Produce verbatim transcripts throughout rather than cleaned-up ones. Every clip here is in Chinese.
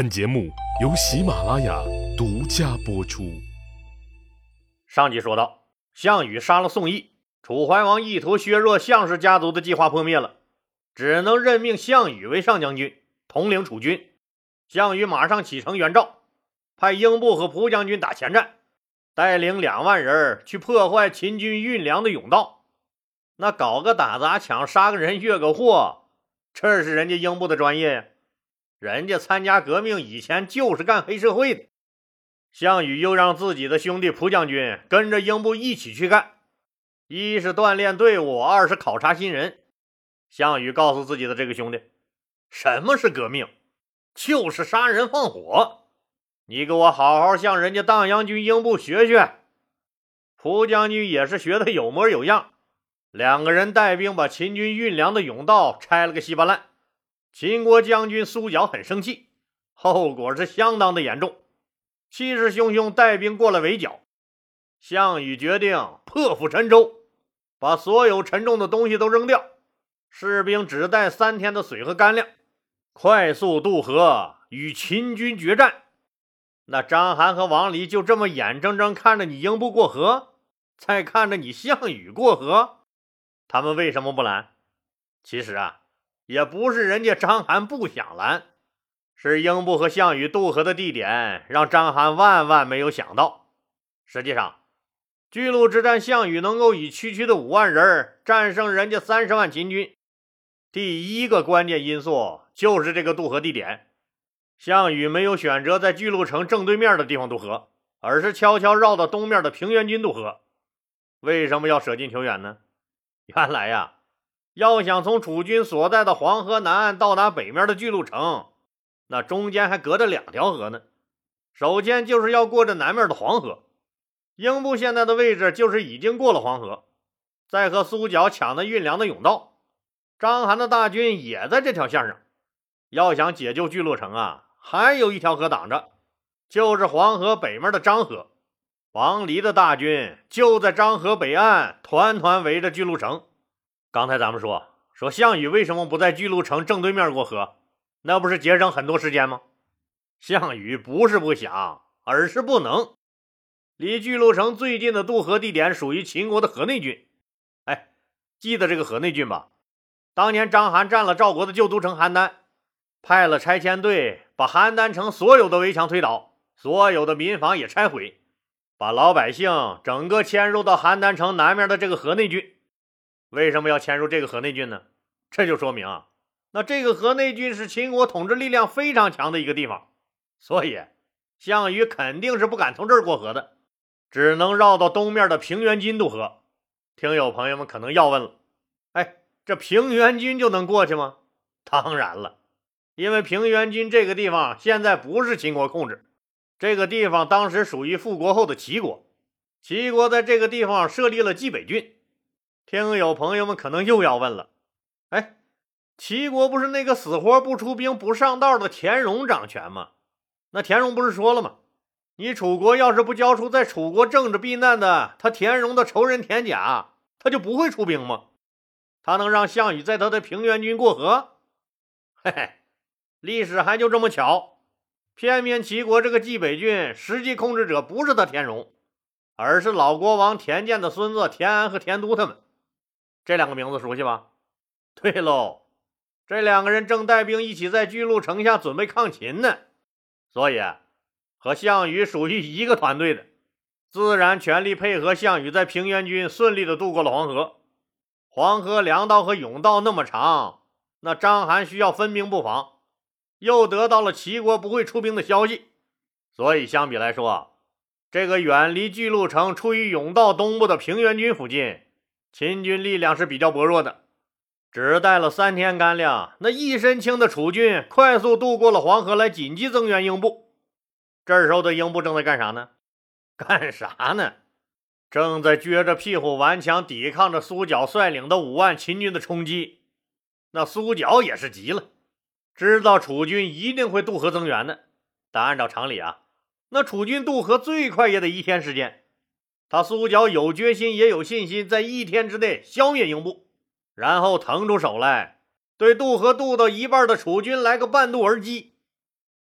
本节目由喜马拉雅独家播出。 上集说到，项羽杀了宋义，楚怀王意图削弱项氏家族的计划破灭了，只能任命项羽为上将军，统领楚军。项羽马上启程援赵，派英布和蒲将军打前站，带领两万人去破坏秦军运粮的甬道。那搞个打砸抢，杀个人，越个货，这是人家英布的专业呀。人家参加革命以前就是干黑社会的。项羽又让自己的兄弟蒲将军跟着英布一起去干，一是锻炼队伍，二是考察新人。项羽告诉自己的这个兄弟，什么是革命？就是杀人放火，你给我好好向人家荡阳军英布学学。蒲将军也是学得有模有样，两个人带兵把秦军运粮的甬道拆了个稀巴烂。秦国将军苏角很生气，后果是相当的严重，气势汹汹带兵过了围剿。项羽决定破釜沉舟，把所有沉重的东西都扔掉，士兵只带三天的水和干粮，快速渡河与秦军决战。那章邯和王离就这么眼睁睁看着你英布过河，再看着你项羽过河，他们为什么不拦？其实啊，也不是人家章邯不想拦，是英布和项羽渡河的地点让章邯万万没有想到。实际上，巨鹿之战项羽能够以区区的五万人战胜人家三十万秦军，第一个关键因素就是这个渡河地点。项羽没有选择在巨鹿城正对面的地方渡河，而是悄悄绕到东面的平原津渡河。为什么要舍近求远呢？原来呀，要想从楚军所在的黄河南岸到达北面的巨鹿城，那中间还隔着两条河呢。首先就是要过着南面的黄河，英布现在的位置就是已经过了黄河，再和苏角抢的运粮的甬道。章邯的大军也在这条线上，要想解救巨鹿城啊，还有一条河挡着，就是黄河北面的漳河。王离的大军就在漳河北岸团团围着巨鹿城。刚才咱们说说项羽为什么不在巨鹿城正对面过河，那不是节省很多时间吗？项羽不是不想，而是不能。离巨鹿城最近的渡河地点属于秦国的河内郡。哎，记得这个河内郡吧？当年章邯占了赵国的旧都城邯郸，派了拆迁队把邯郸城所有的围墙推倒，所有的民房也拆毁，把老百姓整个迁入到邯郸城南面的这个河内郡。为什么要迁入这个河内郡呢？这就说明啊，那这个河内郡是秦国统治力量非常强的一个地方，所以项羽肯定是不敢从这儿过河的，只能绕到东面的平原津渡河。听友朋友们可能要问了，哎，这平原津就能过去吗？当然了，因为平原津这个地方现在不是秦国控制，这个地方当时属于复国后的齐国，齐国在这个地方设立了冀北郡。听友朋友们可能又要问了，哎，齐国不是那个死活不出兵不上道的田荣掌权吗？那田荣不是说了吗？你楚国要是不交出在楚国政治避难的他田荣的仇人田甲，他就不会出兵吗？他能让项羽在他的平原郡过河？嘿嘿，历史还就这么巧，偏偏齐国这个冀北郡实际控制者不是他田荣，而是老国王田健的孙子田安和田都他们。这两个名字熟悉吧？对喽，这两个人正带兵一起在巨鹿城下准备抗秦呢，所以和项羽属于一个团队的，自然全力配合项羽在平原郡顺利的渡过了黄河。黄河粮道和甬道那么长，那章邯需要分兵布防，又得到了齐国不会出兵的消息，所以相比来说，这个远离巨鹿城处于甬道东部的平原郡附近，秦军力量是比较薄弱的，只带了三天干粮，那一身轻的楚军快速渡过了黄河来紧急增援英布。这时候的英布正在干啥呢？干啥呢？正在撅着屁股顽强抵抗着苏角率领的五万秦军的冲击。那苏角也是急了，知道楚军一定会渡河增援的，但按照常理啊，那楚军渡河最快也得一天时间。他苏角有决心也有信心在一天之内消灭英布，然后腾出手来对渡河渡到一半的楚军来个半渡而击。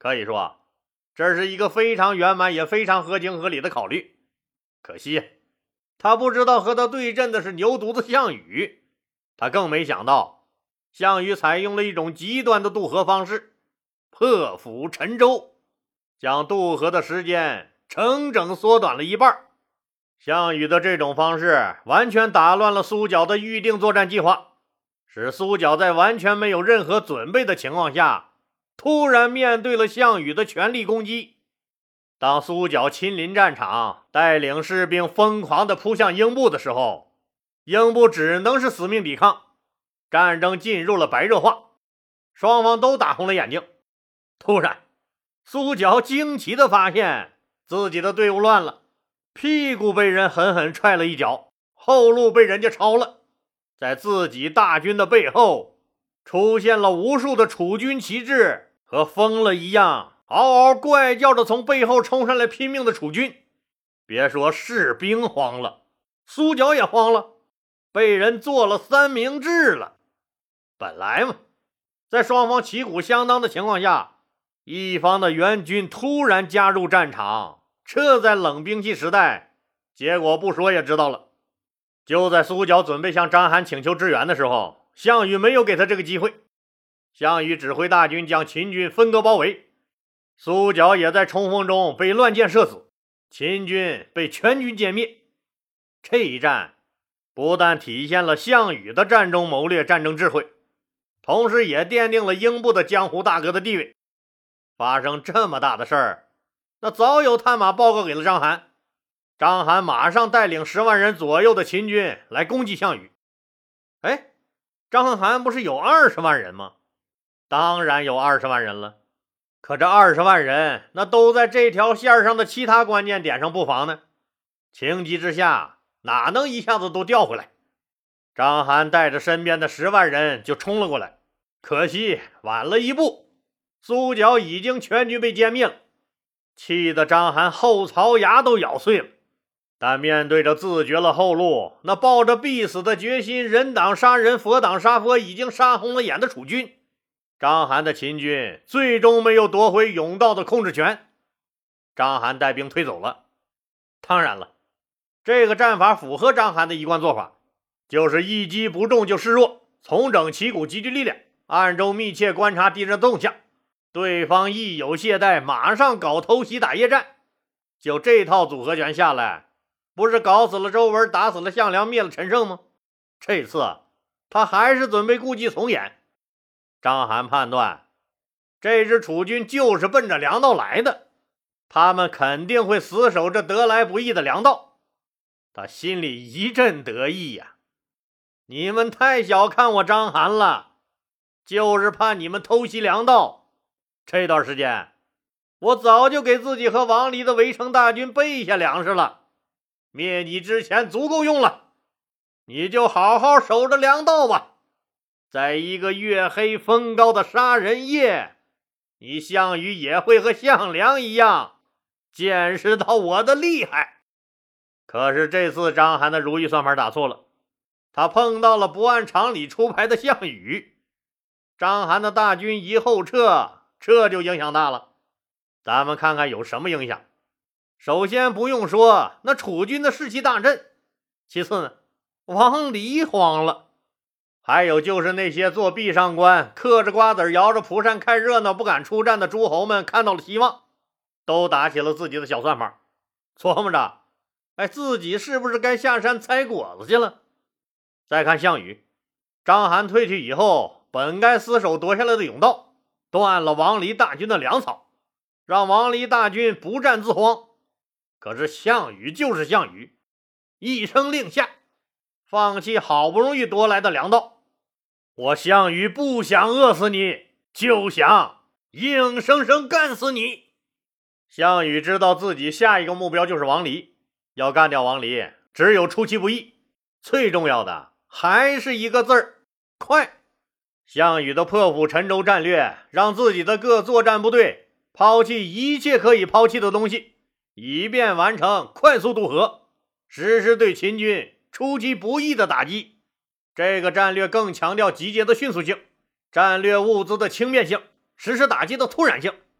可以说，这是一个非常圆满也非常合情合理的考虑。可惜，他不知道和他对阵的是牛犊子项羽，他更没想到，项羽采用了一种极端的渡河方式，破釜沉舟，将渡河的时间整整缩短了一半。项羽的这种方式完全打乱了苏角的预定作战计划，使苏角在完全没有任何准备的情况下，突然面对了项羽的全力攻击。当苏角亲临战场，带领士兵疯狂地扑向英布的时候，英布只能是死命抵抗，战争进入了白热化，双方都打红了眼睛。突然，苏角惊奇地发现自己的队伍乱了，屁股被人狠狠踹了一脚，后路被人家抄了，在自己大军的背后出现了无数的楚军旗帜，和疯了一样嗷嗷怪叫着从背后冲上来拼命的楚军。别说士兵慌了，苏角也慌了，被人做了三明治了。本来嘛，在双方旗鼓相当的情况下，一方的援军突然加入战场，这在冷兵器时代，结果不说也知道了。就在苏角准备向章邯请求支援的时候，项羽没有给他这个机会。项羽指挥大军将秦军分割包围，苏角也在冲锋中被乱箭射死，秦军被全军歼灭。这一战不但体现了项羽的战中谋略、战争智慧，同时也奠定了英布的江湖大哥的地位。发生这么大的事儿，那早有探马报告给了章邯，章邯马上带领十万人左右的秦军来攻击项羽。哎，章邯不是有二十万人吗？当然有二十万人了，可这二十万人那都在这条线上的其他关键点上布防呢，情急之下哪能一下子都调回来？章邯带着身边的十万人就冲了过来，可惜晚了一步，苏角已经全军被歼灭了，气得章邯后槽牙都咬碎了。但面对着自绝了后路，那抱着必死的决心，人挡杀人，佛挡杀佛，已经杀红了眼的楚军，章邯的秦军最终没有夺回甬道的控制权，章邯带兵退走了。当然了，这个战法符合章邯的一贯做法，就是一击不中就示弱，重整旗鼓，集聚力量，暗中密切观察敌人的动向，对方一有懈怠，马上搞偷袭打夜战。就这套组合拳下来，不是搞死了周文，打死了项梁，灭了陈胜吗？这次他还是准备故伎重演。章邯判断，这支楚军就是奔着粮道来的，他们肯定会死守这得来不易的粮道。他心里一阵得意呀、啊，你们太小看我章邯了，就是怕你们偷袭粮道。这段时间，我早就给自己和王离的围城大军备下粮食了，灭你之前足够用了，你就好好守着粮道吧。在一个月黑风高的杀人夜，你项羽也会和项梁一样见识到我的厉害。可是这次章邯的如意算盘打错了，他碰到了不按常理出牌的项羽，章邯的大军一后撤，这就影响大了。咱们看看有什么影响。首先不用说，那楚军的士气大振，其次呢，王离慌了。还有就是那些做壁上观，嗑着瓜子摇着蒲扇看热闹不敢出战的诸侯们看到了希望，都打起了自己的小算盘，琢磨着哎，自己是不是该下山采果子去了。再看项羽，章邯退去以后，本该死守夺下来的甬道，断了王离大军的粮草，让王离大军不战自荒。可是项羽就是项羽，一声令下，放弃好不容易夺来的粮道。我项羽不想饿死你，就想硬生生干死你。项羽知道自己下一个目标就是王离，要干掉王离只有出其不意，最重要的还是一个字儿，快。项羽的破釜沉舟战略让自己的各作战部队抛弃一切可以抛弃的东西，以便完成快速渡河，实施对秦军出其不意的打击。这个战略更强调集结的迅速性，战略物资的轻便性，实施打击的突然性。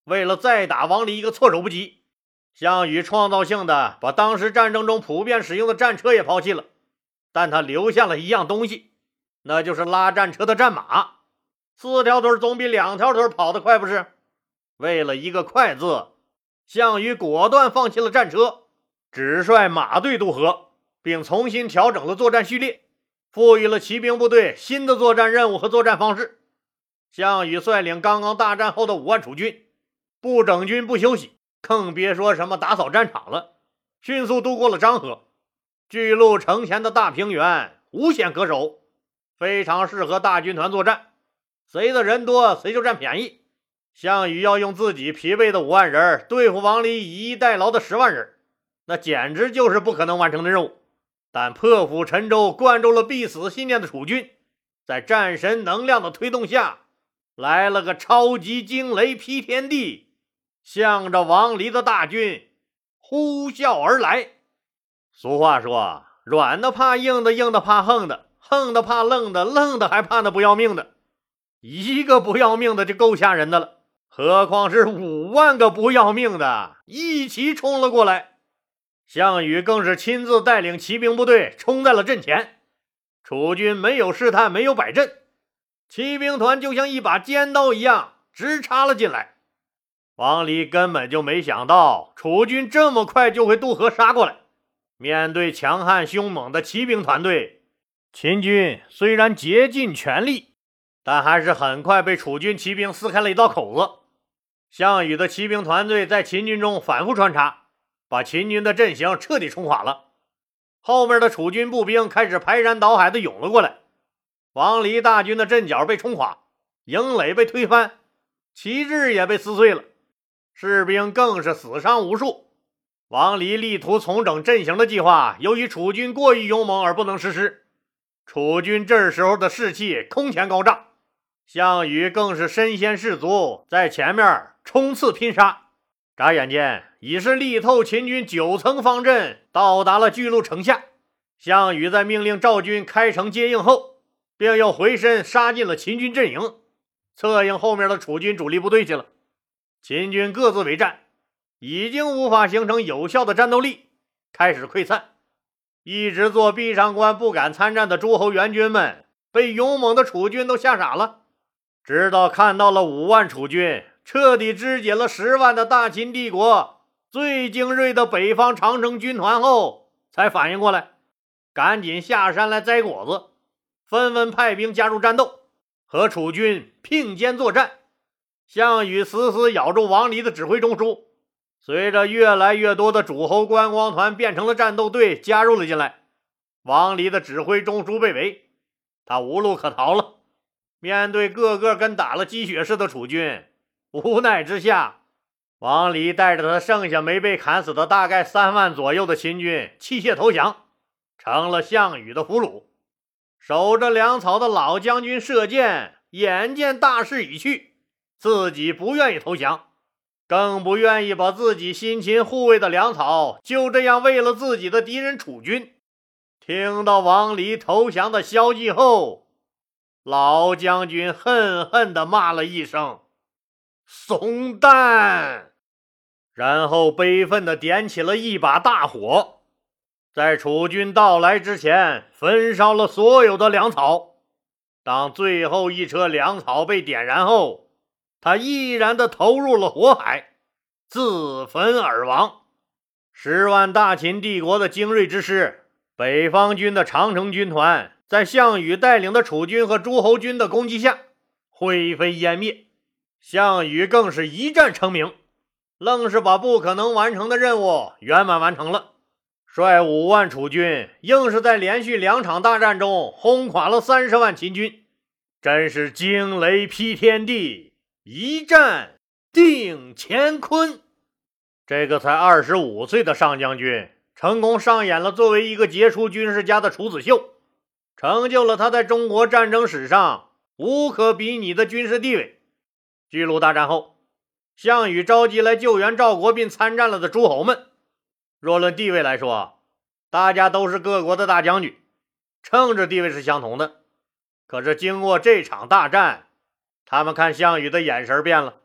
为了再打王离一个措手不及，项羽创造性的把当时战争中普遍使用的战车也抛弃了，但他留下了一样东西，那就是拉战车的战马。四条腿总比两条腿跑得快不是？为了一个快字，项羽果断放弃了战车，只率马队渡河，并重新调整了作战序列，赋予了骑兵部队新的作战任务和作战方式。项羽率领刚刚大战后的五万楚军，不整军不休息，更别说什么打扫战场了，迅速渡过了漳河。巨鹿城前的大平原无险可守，非常适合大军团作战，谁的人多谁就占便宜。项羽要用自己疲惫的五万人对付王离以逸待劳的十万人，那简直就是不可能完成的任务。但破釜沉舟、灌注了必死信念的楚军，在战神能量的推动下，来了个超级惊雷劈天地，向着王离的大军呼啸而来。俗话说，软的怕硬的，硬的怕横的，横的怕愣的，愣的还怕那不要命的。一个不要命的就够吓人的了，何况是五万个不要命的一起冲了过来。项羽更是亲自带领骑兵部队冲在了阵前，楚军没有试探，没有摆阵，骑兵团就像一把尖刀一样直插了进来。王离根本就没想到楚军这么快就会渡河杀过来。面对强悍凶猛的骑兵团队，秦军虽然竭尽全力，但还是很快被楚军骑兵撕开了一道口子。项羽的骑兵团队在秦军中反复穿插，把秦军的阵型彻底冲垮了。后面的楚军步兵开始排山倒海地涌了过来，王离大军的阵脚被冲垮，营垒被推翻，旗帜也被撕碎了，士兵更是死伤无数。王离力图重整阵型的计划，由于楚军过于勇猛而不能实施。楚军这时候的士气空前高涨，项羽更是身先士卒，在前面冲刺拼杀。眨眼间已是力透秦军九层方阵，到达了巨鹿城下。项羽在命令赵军开城接应后，并又回身杀进了秦军阵营，策应后面的楚军主力部队去了。秦军各自为战，已经无法形成有效的战斗力，开始溃散。一直做壁上观不敢参战的诸侯援军们被勇猛的楚军都吓傻了，直到看到了五万楚军彻底肢解了十万的大秦帝国最精锐的北方长城军团后，才反应过来，赶紧下山来摘果子，纷纷派兵加入战斗，和楚军并肩作战。项羽死死咬住王离的指挥中枢，随着越来越多的诸侯观光团变成了战斗队加入了进来，王离的指挥中枢被围，他无路可逃了。面对个个跟打了鸡血似的楚军，无奈之下，王离带着他剩下没被砍死的大概三万左右的秦军弃械投降，成了项羽的俘虏。守着粮草的老将军射箭眼见大势已去，自己不愿意投降，更不愿意把自己辛勤护卫的粮草就这样为了自己的敌人楚军。听到王离投降的消息后，老将军恨恨地骂了一声怂蛋，然后悲愤地点起了一把大火，在楚军到来之前焚烧了所有的粮草。当最后一车粮草被点燃后，他毅然地投入了火海，自焚而亡。十万大秦帝国的精锐之师，北方军的长城军团，在项羽带领的楚军和诸侯军的攻击下灰飞烟灭。项羽更是一战成名，愣是把不可能完成的任务圆满完成了，率五万楚军硬是在连续两场大战中轰垮了三十万秦军，真是惊雷劈天地，一战定乾坤。这个才二十五岁的上将军成功上演了作为一个杰出军事家的处子秀，成就了他在中国战争史上无可比拟的军事地位。巨鹿大战后，项羽召集来救援赵国并参战了的诸侯们，若论地位来说，大家都是各国的大将军，政治地位是相同的。可是经过这场大战，他们看项羽的眼神变了，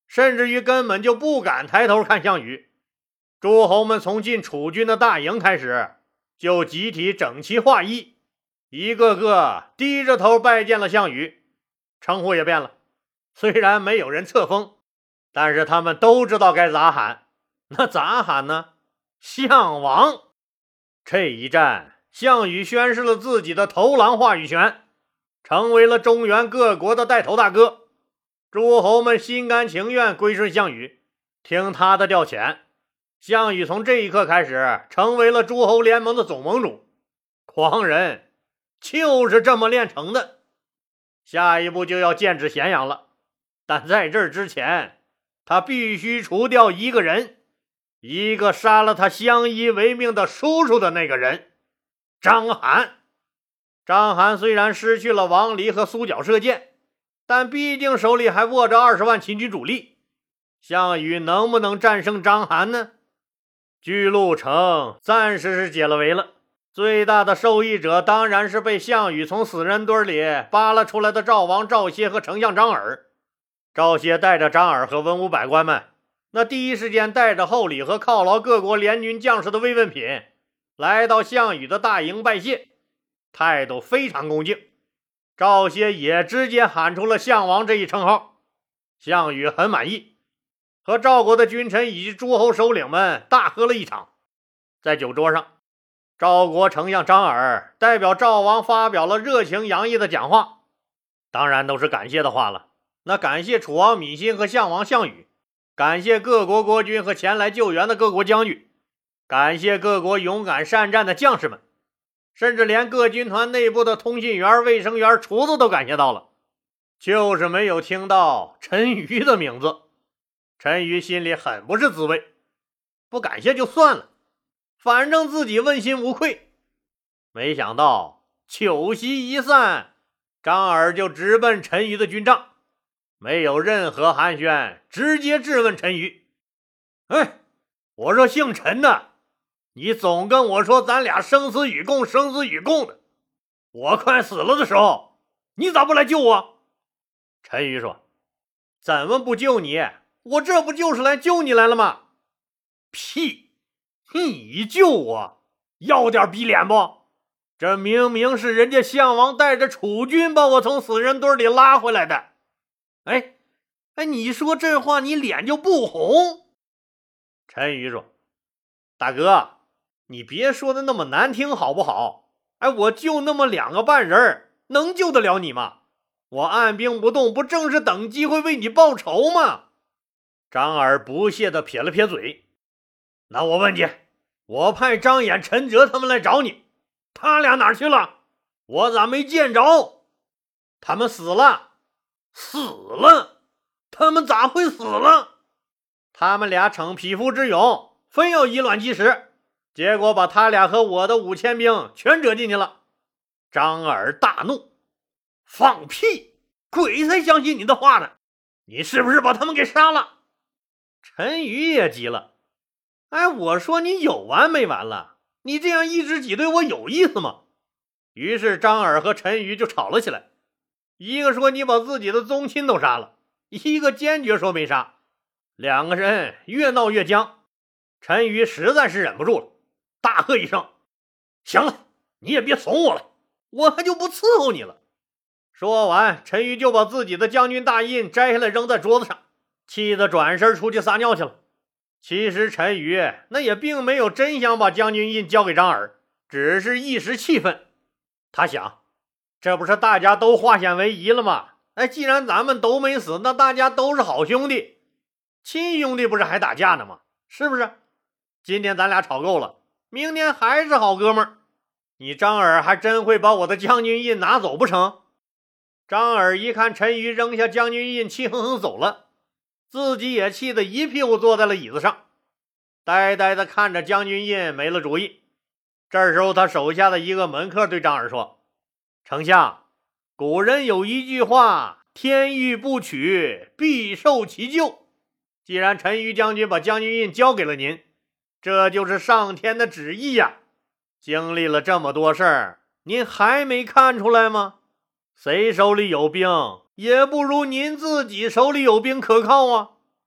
甚至于根本就不敢抬头看项羽。诸侯们从进楚军的大营开始，就集体整齐划一，一个个低着头拜见了项羽，称呼也变了。虽然没有人册封，但是他们都知道该咋喊。那咋喊呢？项王。这一战，项羽宣示了自己的头狼话语权，成为了中原各国的带头大哥。诸侯们心甘情愿归顺项羽，听他的调遣。项羽从这一刻开始成为了诸侯联盟的总盟主。狂人就是这么炼成的。下一步就要剑指咸阳了，但在这之前，他必须除掉一个人，一个杀了他相依为命的叔叔的那个人，章邯。章邯虽然失去了王离和苏角射箭，但毕竟手里还握着二十万秦军主力。项羽能不能战胜章邯呢？巨鹿城暂时是解了围了，最大的受益者当然是被项羽从死人堆里扒拉出来的赵王赵歇和丞相张耳。赵歇带着张耳和文武百官们，那第一时间带着厚礼和犒劳各国联军将士的慰问品，来到项羽的大营拜谢，态度非常恭敬。赵歇也直接喊出了项王这一称号。项羽很满意，和赵国的君臣以及诸侯首领们大喝了一场。在酒桌上，赵国丞相张耳代表赵王发表了热情洋溢的讲话，当然都是感谢的话了。那感谢楚王芈心和项王项羽，感谢各国国君和前来救援的各国将军，感谢各国勇敢善战的将士们，甚至连各军团内部的通信员、卫生员、厨子都感谢到了，就是没有听到陈馀的名字。陈馀心里很不是滋味，不感谢就算了，反正自己问心无愧。没想到酒席一散，张耳就直奔陈馀的军帐，没有任何寒暄，直接质问陈馀：哎，我说姓陈的，你总跟我说咱俩生死与共，生死与共的，我快死了的时候，你咋不来救我？陈馀说：怎么不救你？我这不就是来救你来了吗？屁！你救我，要点逼脸不？这明明是人家项王带着楚军把我从死人堆里拉回来的。哎哎，你说这话你脸就不红？陈馀说：大哥，你别说的那么难听好不好？哎，我就那么两个半人，能救得了你吗？我按兵不动，不正是等机会为你报仇吗？张耳不屑地撇了撇嘴。那我问你，我派张衍、陈哲他们来找你，他俩哪去了？我咋没见着？他们死了。死了？他们咋会死了？他们俩逞匹夫之勇，非要以卵击石，结果把他俩和我的五千兵全折进去了。张耳大怒：放屁！鬼才相信你的话呢！你是不是把他们给杀了？陈馀也急了：哎，我说你有完没完了？你这样一直挤兑我有意思吗？于是张耳和陈馀就吵了起来，一个说你把自己的宗亲都杀了，一个坚决说没杀。两个人越闹越僵，陈馀实在是忍不住了，大喝一声：行了，你也别怂我了，我还就不伺候你了。说完，陈馀就把自己的将军大印摘下来扔在桌子上，气得转身出去撒尿去了。其实陈馀那也并没有真想把将军印交给张耳，只是一时气愤。他想，这不是大家都化险为夷了吗？哎，既然咱们都没死，那大家都是好兄弟，亲兄弟不是还打架呢吗？是不是？今天咱俩吵够了，明天还是好哥们儿。你张耳还真会把我的将军印拿走不成？张耳一看陈馀扔下将军印，气哼哼走了，自己也气得一屁股坐在了椅子上，呆呆地看着将军印没了主意。这时候他手下的一个门客对张耳说：丞相，古人有一句话，天欲不取，必受其咎。既然陈馀将军把将军印交给了您，这就是上天的旨意呀。经历了这么多事儿，您还没看出来吗？谁手里有兵，也不如您自己手里有兵可靠啊。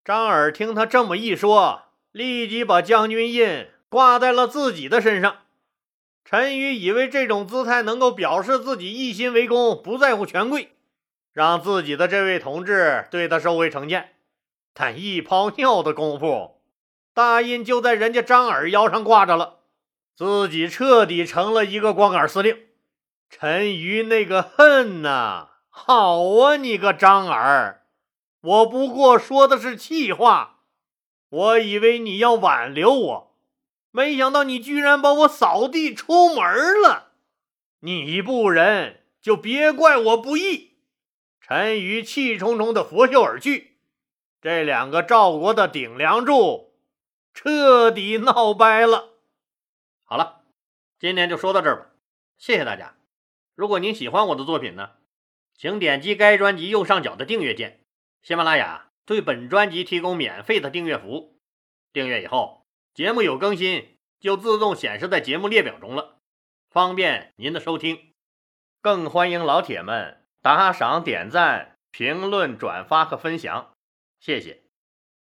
张耳听他这么一说，立即把将军印挂在了自己的身上。陈馀以为这种姿态能够表示自己一心为公，不在乎权贵，让自己的这位同志对他收回成见。但一泡尿的功夫，大印就在人家张耳腰上挂着了，自己彻底成了一个光杆司令。陈馀那个恨呐！好啊，你个张耳，我不过说的是气话，我以为你要挽留我，没想到你居然把我扫地出门了。你不仁，就别怪我不义。陈馀气冲冲的拂袖而去。这两个赵国的顶梁柱彻底闹掰了。好了，今天就说到这儿吧，谢谢大家。如果您喜欢我的作品呢，请点击该专辑右上角的订阅键。喜马拉雅对本专辑提供免费的订阅服务，订阅以后，节目有更新就自动显示在节目列表中了，方便您的收听。更欢迎老铁们打赏、点赞、评论、转发和分享，谢谢。